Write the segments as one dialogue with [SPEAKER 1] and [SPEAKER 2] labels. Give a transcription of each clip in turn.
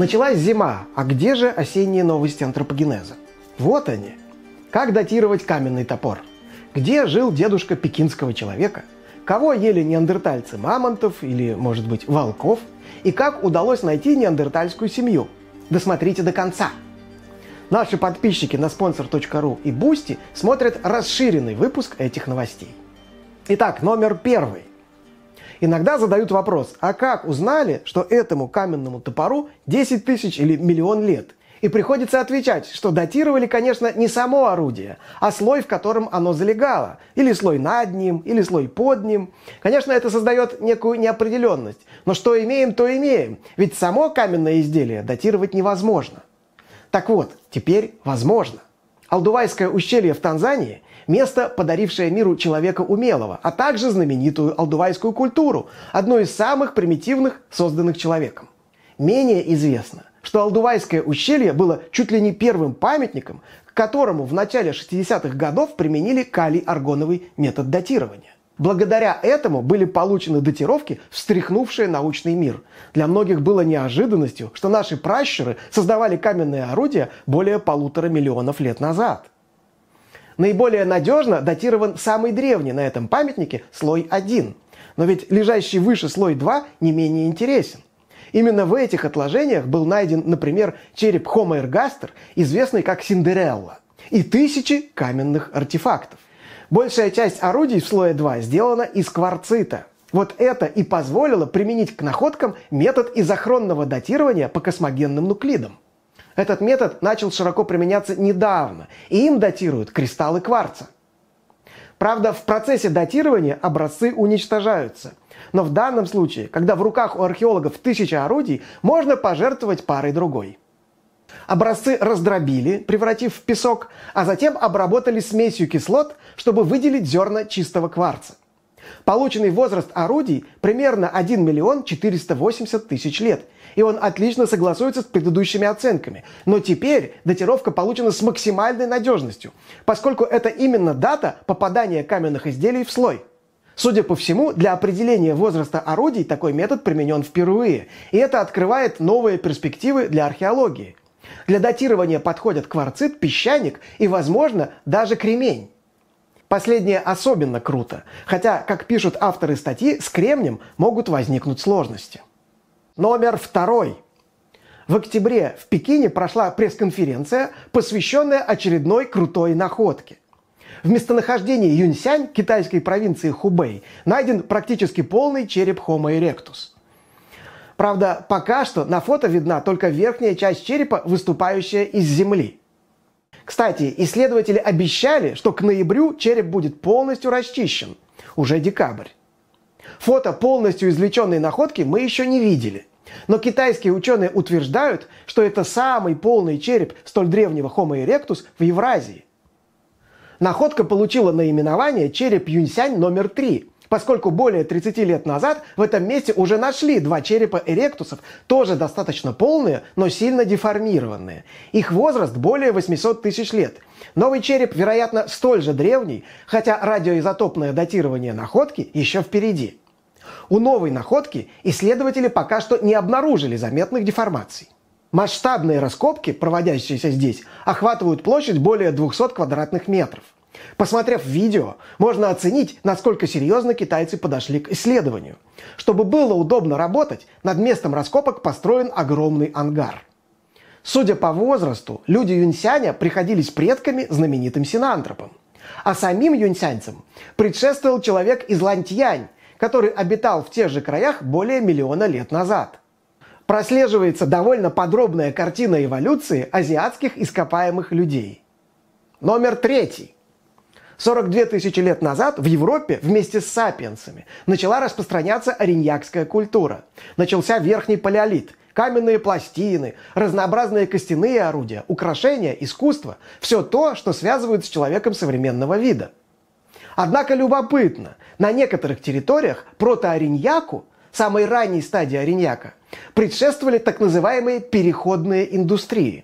[SPEAKER 1] Началась зима, а где же осенние новости антропогенеза? Вот они. Как датировать каменный топор? Где жил дедушка пекинского человека? Кого ели неандертальцы, мамонтов или, может быть, волков? И как удалось найти неандертальскую семью? Досмотрите до конца. Наши подписчики на sponsor.ru и Boosty смотрят расширенный выпуск этих новостей. Итак, номер 1. Иногда задают вопрос, а как узнали, что этому каменному топору 10 тысяч или миллион лет? И приходится отвечать, что датировали, конечно, не само орудие, а слой, в котором оно залегало. Или слой над ним, или слой под ним. Конечно, это создает некую неопределенность. Но что имеем, то имеем. Ведь само каменное изделие датировать невозможно. Так вот, теперь возможно. Алдувайское ущелье в Танзании – место, подарившее миру человека умелого, а также знаменитую алдувайскую культуру, одну из самых примитивных, созданных человеком. Менее известно, что Алдувайское ущелье было чуть ли не первым памятником, к которому в начале 60-х годов применили калий-аргоновый метод датирования. Благодаря этому были получены датировки, встряхнувшие научный мир. Для многих было неожиданностью, что наши пращуры создавали каменные орудия более 1,5 миллиона лет назад. Наиболее надежно датирован самый древний на этом памятнике слой 1. Но ведь лежащий выше слой 2 не менее интересен. Именно в этих отложениях был найден, например, череп Homo ergaster, известный как Синдерелла, и тысячи каменных артефактов. Большая часть орудий в слое 2 сделана из кварцита. Вот это и позволило применить к находкам метод изохронного датирования по космогенным нуклидам. Этот метод начал широко применяться недавно, и им датируют кристаллы кварца. Правда, в процессе датирования образцы уничтожаются. Но в данном случае, когда в руках у археологов 1000 орудий, можно пожертвовать парой-другой. Образцы раздробили, превратив в песок, а затем обработали смесью кислот, чтобы выделить зерна чистого кварца. Полученный возраст орудий примерно 1 миллион 480 тысяч лет, и он отлично согласуется с предыдущими оценками. Но теперь датировка получена с максимальной надежностью, поскольку это именно дата попадания каменных изделий в слой. Судя по всему, для определения возраста орудий такой метод применен впервые, и это открывает новые перспективы для археологии. Для датирования подходят кварцит, песчаник и, возможно, даже кремень. Последнее особенно круто, хотя, как пишут авторы статьи, с кремнем могут возникнуть сложности. Номер 2. В октябре в Пекине прошла пресс-конференция, посвященная очередной крутой находке. В местонахождении Юньсянь, китайской провинции Хубэй, найден практически полный череп Homo erectus. Правда, пока что на фото видна только верхняя часть черепа, выступающая из земли. Кстати, исследователи обещали, что к ноябрю череп будет полностью расчищен. Уже декабрь. Фото полностью извлеченной находки мы еще не видели. Но китайские ученые утверждают, что это самый полный череп столь древнего Homo erectus в Евразии. Находка получила наименование череп Юньсянь номер 3, поскольку более 30 лет назад в этом месте уже нашли 2 черепа эректусов, тоже достаточно полные, но сильно деформированные. Их возраст более 800 тысяч лет. Новый череп, вероятно, столь же древний, хотя радиоизотопное датирование находки еще впереди. У новой находки исследователи пока что не обнаружили заметных деформаций. Масштабные раскопки, проводящиеся здесь, охватывают площадь более 200 квадратных метров. Посмотрев видео, можно оценить, насколько серьезно китайцы подошли к исследованию. Чтобы было удобно работать, над местом раскопок построен огромный ангар. Судя по возрасту, люди Юньсяня приходились предками знаменитым синантропам. А самим юньсяньцам предшествовал человек из Лантьянь, который обитал в тех же краях более миллиона лет назад. Прослеживается довольно подробная картина эволюции азиатских ископаемых людей. Номер 3. 42 тысячи лет назад в Европе вместе с сапиенсами начала распространяться ориньякская культура. Начался верхний палеолит, каменные пластины, разнообразные костяные орудия, украшения, искусство – все то, что связывают с человеком современного вида. Однако любопытно, на некоторых территориях протоориньяку, самой ранней стадии ориньяка, предшествовали так называемые переходные индустрии.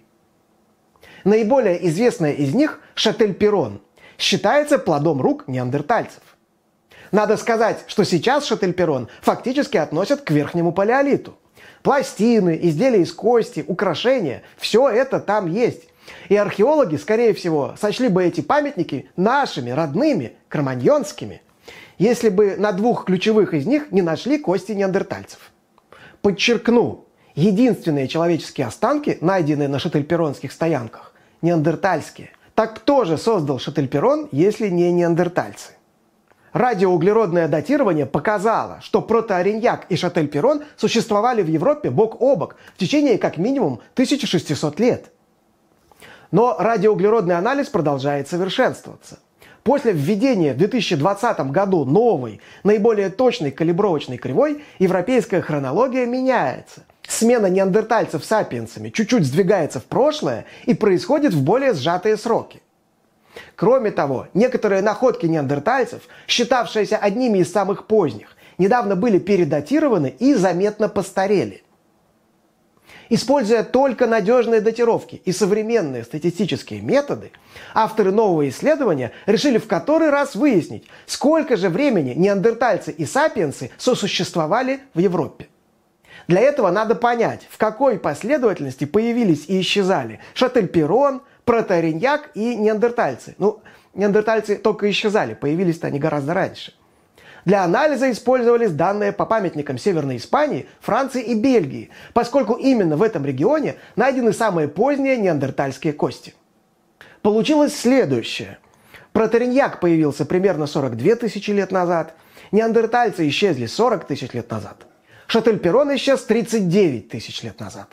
[SPEAKER 1] Наиболее известная из них – Шатель-Перрон, считается плодом рук неандертальцев. Надо сказать, что сейчас Шатель-Перрон фактически относят к верхнему палеолиту. Пластины, изделия из кости, украшения – все это там есть. И археологи, скорее всего, сочли бы эти памятники нашими, родными, кроманьонскими, если бы на двух ключевых из них не нашли кости неандертальцев. Подчеркну, единственные человеческие останки, найденные на шательперонских стоянках, неандертальские. Так кто же создал шательперон, если не неандертальцы? Радиоуглеродное датирование показало, что протоориньяк и шательперон существовали в Европе бок о бок в течение как минимум 1600 лет. Но радиоуглеродный анализ продолжает совершенствоваться. После введения в 2020 году новой, наиболее точной калибровочной кривой, европейская хронология меняется. Смена неандертальцев сапиенсами чуть-чуть сдвигается в прошлое и происходит в более сжатые сроки. Кроме того, некоторые находки неандертальцев, считавшиеся одними из самых поздних, недавно были передатированы и заметно постарели. Используя только надежные датировки и современные статистические методы, авторы нового исследования решили в который раз выяснить, сколько же времени неандертальцы и сапиенсы сосуществовали в Европе. Для этого надо понять, в какой последовательности появились и исчезали шательперон, протоориньяк и неандертальцы. Неандертальцы только исчезали, появились-то они гораздо раньше. Для анализа использовались данные по памятникам Северной Испании, Франции и Бельгии, поскольку именно в этом регионе найдены самые поздние неандертальские кости. Получилось следующее. Протоориньяк появился примерно 42 тысячи лет назад, неандертальцы исчезли 40 тысяч лет назад, шательперон исчез 39 тысяч лет назад.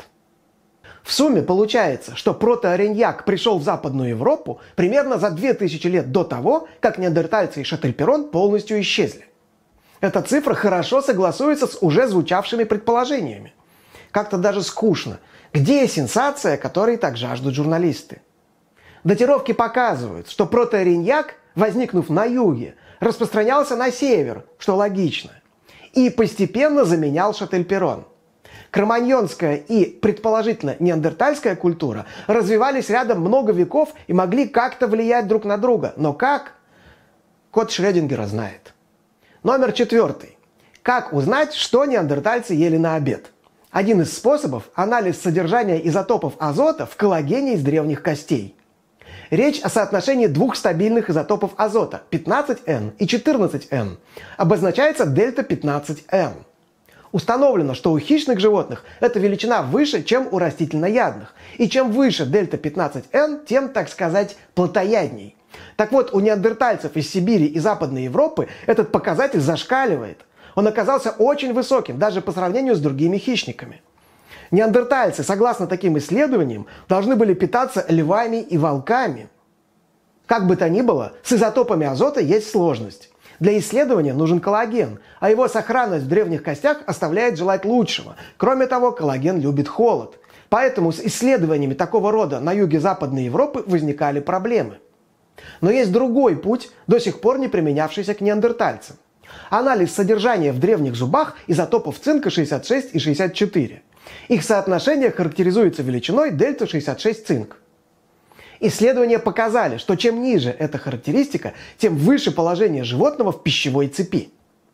[SPEAKER 1] В сумме получается, что протоориньяк пришел в Западную Европу примерно за 2000 лет до того, как неандертальцы и шательперон полностью исчезли. Эта цифра хорошо согласуется с уже звучавшими предположениями. Как-то даже скучно. Где сенсация, которой так жаждут журналисты? Датировки показывают, что протоориньяк, возникнув на юге, распространялся на север, что логично, и постепенно заменял шательперон. Кроманьонская и, предположительно, неандертальская культура развивались рядом много веков и могли как-то влиять друг на друга. Но как? Кот Шрёдингера знает. Номер 4. Как узнать, что неандертальцы ели на обед? Один из способов – анализ содержания изотопов азота в коллагене из древних костей. Речь о соотношении двух стабильных изотопов азота – 15N и 14N. Обозначается дельта-15N. Установлено, что у хищных животных эта величина выше, чем у растительноядных. И чем выше дельта-15N, тем, так сказать, плотоядней. Так вот, у неандертальцев из Сибири и Западной Европы этот показатель зашкаливает. Он оказался очень высоким, даже по сравнению с другими хищниками. Неандертальцы, согласно таким исследованиям, должны были питаться львами и волками. Как бы то ни было, с изотопами азота есть сложность. Для исследования нужен коллаген, а его сохранность в древних костях оставляет желать лучшего. Кроме того, коллаген любит холод. Поэтому с исследованиями такого рода на юге Западной Европы возникали проблемы. Но есть другой путь, до сих пор не применявшийся к неандертальцам. Анализ содержания в древних зубах изотопов цинка 66 и 64. Их соотношение характеризуется величиной дельта-66 цинк. Исследования показали, что чем ниже эта характеристика, тем выше положение животного в пищевой цепи.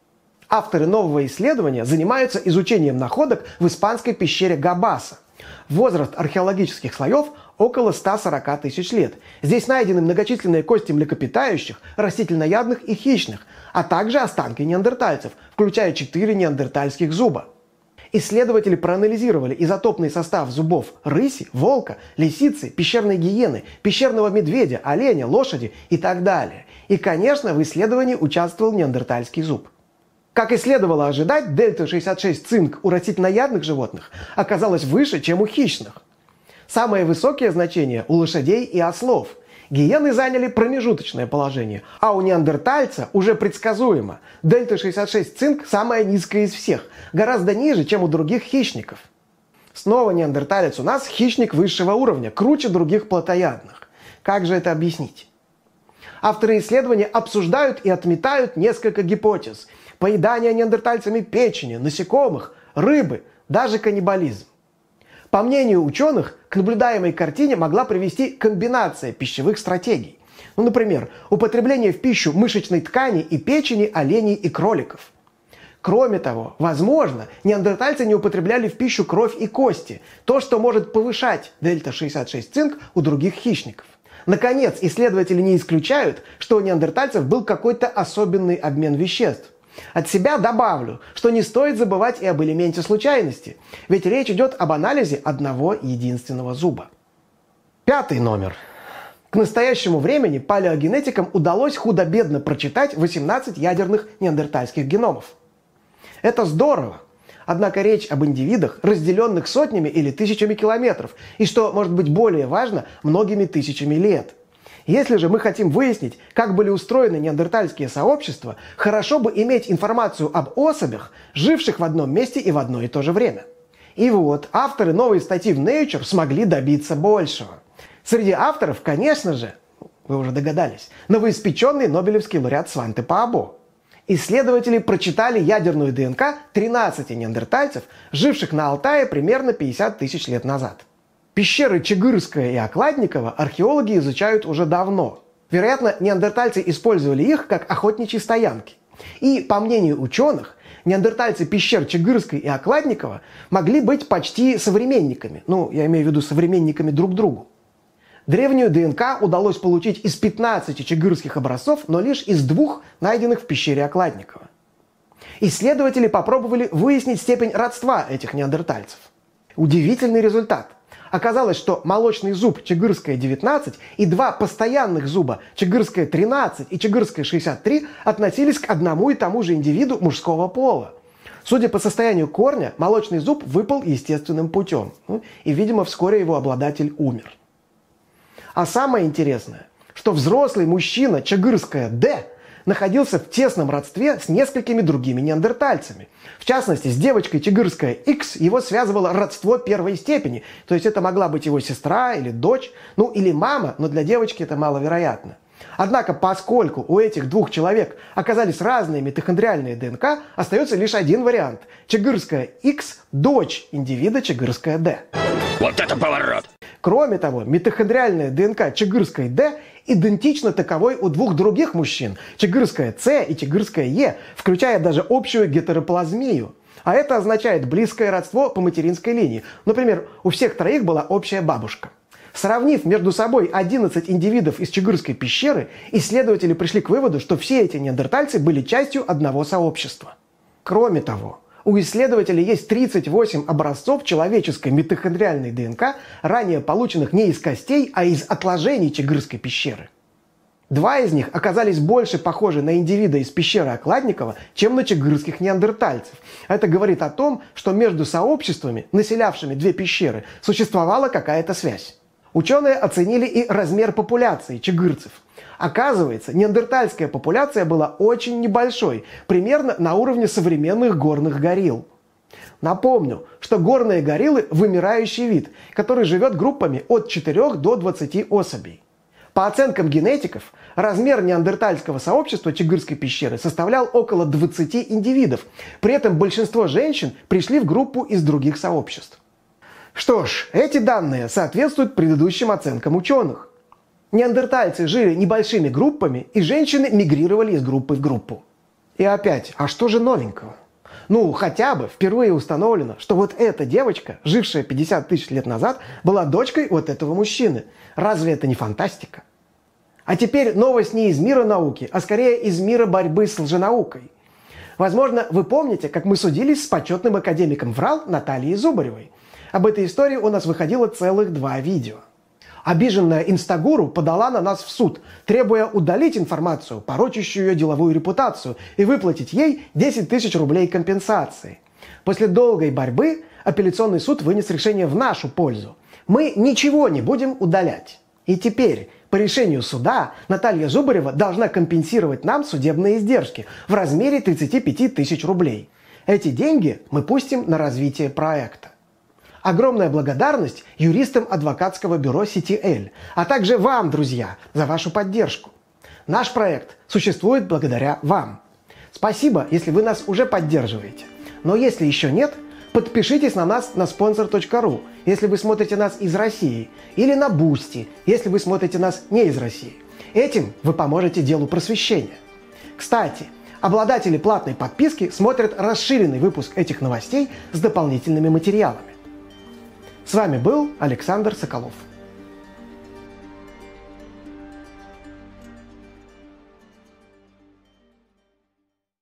[SPEAKER 1] Авторы нового исследования занимаются изучением находок в испанской пещере Габаса. Возраст археологических слоев около 140 тысяч лет. Здесь найдены многочисленные кости млекопитающих, растительноядных и хищных, а также останки неандертальцев, включая 4 неандертальских зуба. Исследователи проанализировали изотопный состав зубов рыси, волка, лисицы, пещерной гиены, пещерного медведя, оленя, лошади и так далее. И, конечно, в исследовании участвовал неандертальский зуб. Как и следовало ожидать, дельта-66 цинк у растительноядных животных оказалось выше, чем у хищных. Самые высокие значения у лошадей и ослов. Гиены заняли промежуточное положение, а у неандертальца уже предсказуемо. Дельта-66 цинк самая низкая из всех, гораздо ниже, чем у других хищников. Снова неандерталец у нас хищник высшего уровня, круче других плотоядных. Как же это объяснить? Авторы исследования обсуждают и отметают несколько гипотез. Поедание неандертальцами печени, насекомых, рыбы, даже каннибализм. По мнению ученых, к наблюдаемой картине могла привести комбинация пищевых стратегий. Например, употребление в пищу мышечной ткани и печени оленей и кроликов. Кроме того, возможно, неандертальцы не употребляли в пищу кровь и кости, то, что может повышать дельта-66 цинк у других хищников. Наконец, исследователи не исключают, что у неандертальцев был какой-то особенный обмен веществ. От себя добавлю, что не стоит забывать и об элементе случайности, ведь речь идет об анализе одного единственного зуба. 5 номер. К настоящему времени палеогенетикам удалось худо-бедно прочитать 18 ядерных неандертальских геномов. Это здорово. Однако речь об индивидах, разделенных сотнями или тысячами километров, и, что может быть более важно, многими тысячами лет. Если же мы хотим выяснить, как были устроены неандертальские сообщества, хорошо бы иметь информацию об особях, живших в одном месте и в одно и то же время. И вот, авторы новой статьи в Nature смогли добиться большего. Среди авторов, конечно же, вы уже догадались, новоиспеченный нобелевский лауреат Сванте Паабо. Исследователи прочитали ядерную ДНК 13 неандертальцев, живших на Алтае примерно 50 тысяч лет назад. Пещеры Чигырская и Окладникова археологи изучают уже давно. Вероятно, неандертальцы использовали их как охотничьи стоянки. И, по мнению ученых, неандертальцы пещер Чигырской и Окладникова могли быть почти современниками. Я имею в виду современниками друг другу. Древнюю ДНК удалось получить из 15 чигырских образцов, но лишь из 2 найденных в пещере Окладникова. Исследователи попробовали выяснить степень родства этих неандертальцев. Удивительный результат. Оказалось, что молочный зуб Чигырская 19 и 2 постоянных зуба Чигырская 13 и Чигырская 63 относились к одному и тому же индивиду мужского пола. Судя по состоянию корня, молочный зуб выпал естественным путем. И, видимо, вскоре его обладатель умер. А самое интересное, что взрослый мужчина Чигырская Д находился в тесном родстве с несколькими другими неандертальцами. В частности, с девочкой Чигырская X его связывало родство первой степени, то есть это могла быть его сестра или дочь, или мама, но для девочки это маловероятно. Однако, поскольку у этих 2 человек оказались разные митохондриальные ДНК, остается лишь один вариант. Чигырская X – дочь индивида Чигырская Д.
[SPEAKER 2] Вот это поворот!
[SPEAKER 1] Кроме того, митохондриальная ДНК Чигырской Д идентична таковой у 2 других мужчин – Чигырская С и Чигырская Е, включая даже общую гетероплазмию. А это означает близкое родство по материнской линии. Например, у всех 3 была общая бабушка. Сравнив между собой 11 индивидов из Чигырской пещеры, исследователи пришли к выводу, что все эти неандертальцы были частью одного сообщества. Кроме того, у исследователей есть 38 образцов человеческой митохондриальной ДНК, ранее полученных не из костей, а из отложений Чигырской пещеры. 2 из них оказались больше похожи на индивида из пещеры Окладникова, чем на чигырских неандертальцев. Это говорит о том, что между сообществами, населявшими 2 пещеры, существовала какая-то связь. Ученые оценили и размер популяции чигырцев. Оказывается, неандертальская популяция была очень небольшой, примерно на уровне современных горных горилл. Напомню, что горные гориллы – вымирающий вид, который живет группами от 4 до 20 особей. По оценкам генетиков, размер неандертальского сообщества Чигырской пещеры составлял около 20 индивидов. При этом большинство женщин пришли в группу из других сообществ. Что ж, эти данные соответствуют предыдущим оценкам ученых. Неандертальцы жили небольшими группами, и женщины мигрировали из группы в группу. И опять, а что же новенького? Хотя бы впервые установлено, что вот эта девочка, жившая 50 тысяч лет назад, была дочкой вот этого мужчины. Разве это не фантастика? А теперь новость не из мира науки, а скорее из мира борьбы с лженаукой. Возможно, вы помните, как мы судились с почетным академиком ВРАЛ Натальей Зубаревой. Об этой истории у нас выходило целых 2 видео. Обиженная инстагуру подала на нас в суд, требуя удалить информацию, порочащую ее деловую репутацию, и выплатить ей 10 тысяч рублей компенсации. После долгой борьбы апелляционный суд вынес решение в нашу пользу. Мы ничего не будем удалять. И теперь, по решению суда, Наталья Зубарева должна компенсировать нам судебные издержки в размере 35 тысяч рублей. Эти деньги мы пустим на развитие проекта. Огромная благодарность юристам адвокатского бюро CTL, а также вам, друзья, за вашу поддержку. Наш проект существует благодаря вам. Спасибо, если вы нас уже поддерживаете. Но если еще нет, подпишитесь на нас на sponsor.ru, если вы смотрите нас из России, или на Boosty, если вы смотрите нас не из России. Этим вы поможете делу просвещения. Кстати, Обладатели платной подписки смотрят расширенный выпуск этих новостей с дополнительными материалами. С вами был Александр Соколов.